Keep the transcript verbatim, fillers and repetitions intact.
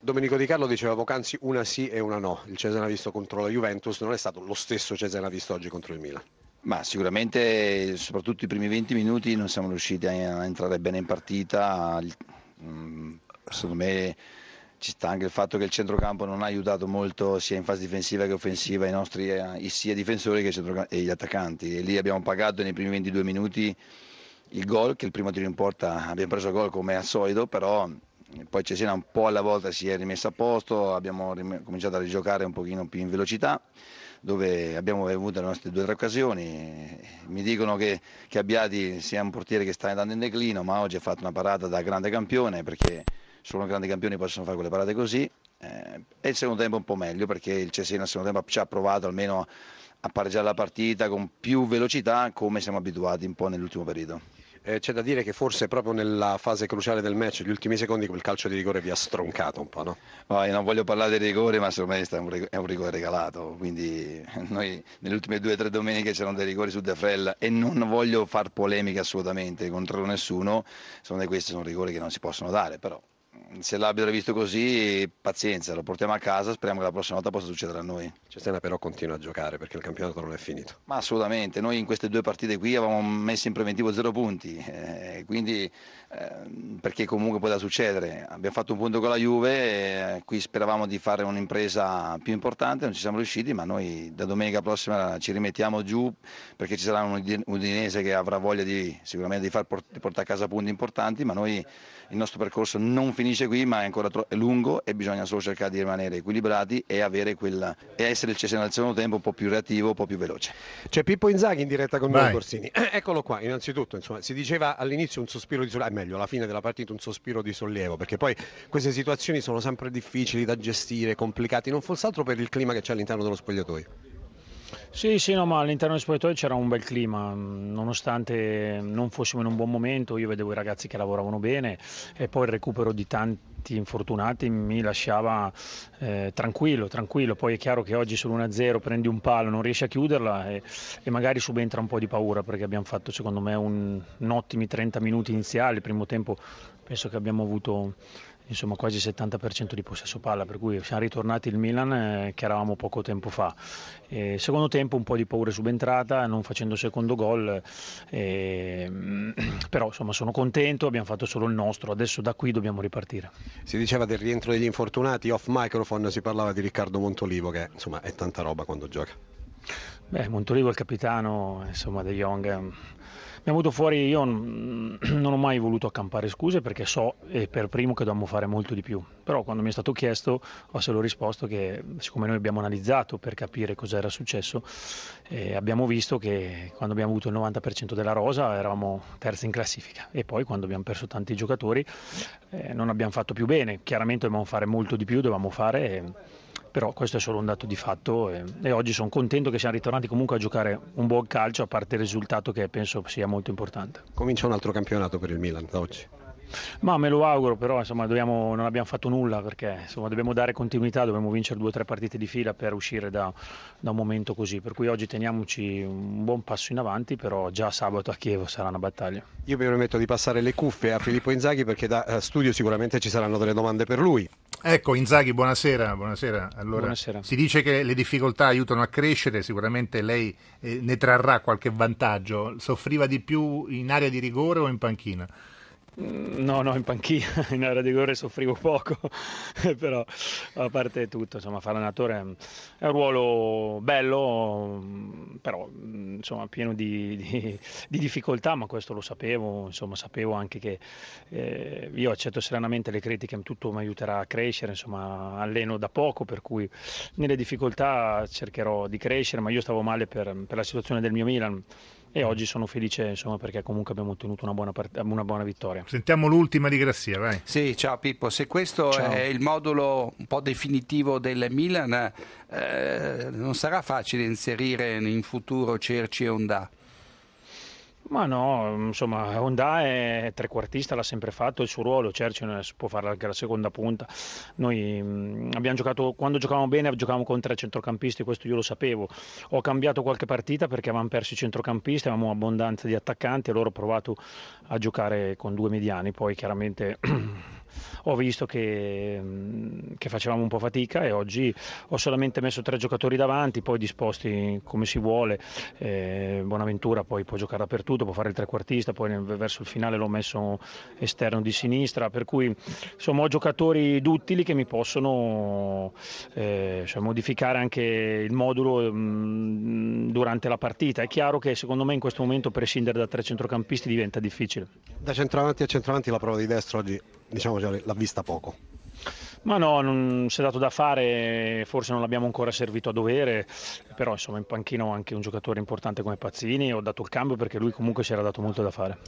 Domenico Di Carlo diceva poc'anzi una sì e una no. Il Cesena visto contro la Juventus non è stato lo stesso Cesena visto oggi contro il Milan. Ma sicuramente, soprattutto i primi venti minuti, non siamo riusciti a entrare bene in partita. Mm, Secondo me ci sta anche il fatto che il centrocampo non ha aiutato molto sia in fase difensiva che offensiva i nostri eh, sia difensori che i centrocam- e gli attaccanti. E lì abbiamo pagato nei primi ventidue minuti il gol, che il primo tiro in porta abbiamo preso gol come al solito, però poi Cesena un po' alla volta si è rimessa a posto, abbiamo rim- cominciato a rigiocare un pochino più in velocità, dove abbiamo avuto le nostre due o tre occasioni. Mi dicono che, che Abbiati sia un portiere che sta andando in declino, ma oggi ha fatto una parata da grande campione, perché solo grandi campioni possono fare quelle parate così. Eh, e il secondo tempo un po' meglio, perché il Cesena al secondo tempo ci ha provato almeno a pareggiare la partita con più velocità, come siamo abituati un po' nell'ultimo periodo. Eh, c'è da dire che forse proprio nella fase cruciale del match, gli ultimi secondi, quel calcio di rigore vi ha stroncato un po', no? Oh, io non voglio parlare di rigore, ma secondo me è un rigore, è un rigore regalato, quindi noi nelle ultime due o tre domeniche c'erano dei rigori su De Frel e non voglio far polemiche assolutamente contro nessuno, secondo me questi sono rigori che non si possono dare, però se l'arbitro ha visto così, pazienza, lo portiamo a casa, speriamo che la prossima volta possa succedere a noi. Cesena però continua a giocare perché il campionato non è finito. Ma assolutamente, noi in queste due partite qui avevamo messo in preventivo zero punti, eh, quindi eh, perché comunque poteva succedere. Abbiamo fatto un punto con la Juve, eh, qui speravamo di fare un'impresa più importante, non ci siamo riusciti, ma noi da domenica prossima ci rimettiamo giù perché ci sarà un Udinese che avrà voglia di, sicuramente di far port- di portare a casa punti importanti, ma noi il nostro percorso non finisce qui, ma è ancora tro- è lungo e bisogna solo cercare di rimanere equilibrati e, avere quella, e essere il Cesena al secondo tempo un po' più reattivo, un po' più veloce. C'è Pippo Inzaghi in diretta con Vai. noi, Corsini. Eh, eccolo qua, innanzitutto, insomma, si diceva all'inizio un sospiro di sollievo, è meglio, alla fine della partita un sospiro di sollievo, perché poi queste situazioni sono sempre difficili da gestire, complicati, non fosse altro per il clima che c'è all'interno dello spogliatoio. Sì, sì, no, ma all'interno del spogliatoio c'era un bel clima, nonostante non fossimo in un buon momento, io vedevo i ragazzi che lavoravano bene e poi il recupero di tanti infortunati mi lasciava eh, tranquillo, tranquillo, poi è chiaro che oggi sull'uno a zero prendi un palo, non riesci a chiuderla e, e magari subentra un po' di paura perché abbiamo fatto secondo me un, un ottimi trenta minuti iniziali, il primo tempo penso che abbiamo avuto insomma quasi il settanta per cento di possesso palla, per cui siamo ritornati il Milan eh, che eravamo poco tempo fa. E secondo tempo un po' di paura è subentrata, non facendo il secondo gol, eh, però insomma sono contento, abbiamo fatto solo il nostro, adesso da qui dobbiamo ripartire. Si diceva del rientro degli infortunati, off microphone si parlava di Riccardo Montolivo che insomma è tanta roba quando gioca. Beh, Montolivo è il capitano, insomma, De Jong. Abbiamo avuto fuori, io non ho mai voluto accampare scuse perché so e per primo che dobbiamo fare molto di più, però quando mi è stato chiesto ho solo risposto che siccome noi abbiamo analizzato per capire cosa era successo eh, abbiamo visto che quando abbiamo avuto il novanta per cento della rosa eravamo terzi in classifica e poi quando abbiamo perso tanti giocatori eh, non abbiamo fatto più bene, chiaramente dobbiamo fare molto di più, dovevamo fare... Eh, però questo è solo un dato di fatto e, e oggi sono contento che siamo ritornati comunque a giocare un buon calcio a parte il risultato che penso sia molto importante. Comincia un altro campionato per il Milan da oggi. Ma me lo auguro, però insomma dobbiamo, non abbiamo fatto nulla perché insomma dobbiamo dare continuità, dobbiamo vincere due o tre partite di fila per uscire da, da un momento così, per cui oggi teniamoci un buon passo in avanti, però già sabato a Chievo sarà una battaglia. Io mi permetto di passare le cuffie a Filippo Inzaghi perché da studio sicuramente ci saranno delle domande per lui. Ecco Inzaghi, buonasera. Buonasera. Allora, Buonasera. Si dice che le difficoltà aiutano a crescere, sicuramente lei eh, ne trarrà qualche vantaggio. Soffriva di più in area di rigore o in panchina? No, no, in panchina, in area di rigore soffrivo poco, però a parte tutto, insomma, fare allenatore è un ruolo bello, però insomma pieno di, di, di difficoltà, ma questo lo sapevo, insomma sapevo anche che eh, io accetto serenamente le critiche, tutto mi aiuterà a crescere, insomma alleno da poco, per cui nelle difficoltà cercherò di crescere, ma io stavo male per, per la situazione del mio Milan. E oggi sono felice insomma perché comunque abbiamo ottenuto una buona, part- una buona vittoria. Sentiamo l'ultima di Grassia, vai. Sì, ciao Pippo, se questo Ciao. è il modulo un po' definitivo del Milan, eh, non sarà facile inserire in futuro Cerci e Ondà. Ma no, insomma, Ondà è trequartista, l'ha sempre fatto il suo ruolo, Cerci può fare anche la seconda punta. Noi mh, abbiamo giocato, quando giocavamo bene, giocavamo con tre centrocampisti, questo io lo sapevo. Ho cambiato qualche partita perché avevamo perso i centrocampisti, avevamo abbondanza di attaccanti e loro ho provato a giocare con due mediani, poi chiaramente ho visto che, che facevamo un po' fatica e oggi ho solamente messo tre giocatori davanti, poi disposti come si vuole. eh, Bonaventura poi può giocare dappertutto, può fare il trequartista, poi verso il finale l'ho messo esterno di sinistra, per cui insomma ho giocatori duttili che mi possono eh, cioè, modificare anche il modulo mh, durante la partita. È chiaro che secondo me in questo momento prescindere da tre centrocampisti diventa difficile. Da centravanti a centravanti la prova di Destro oggi diciamo l'ha vista poco. Ma no, non si è dato da fare, forse non l'abbiamo ancora servito a dovere, però insomma in panchina ho anche un giocatore importante come Pazzini, ho dato il cambio perché lui comunque si era dato molto da fare.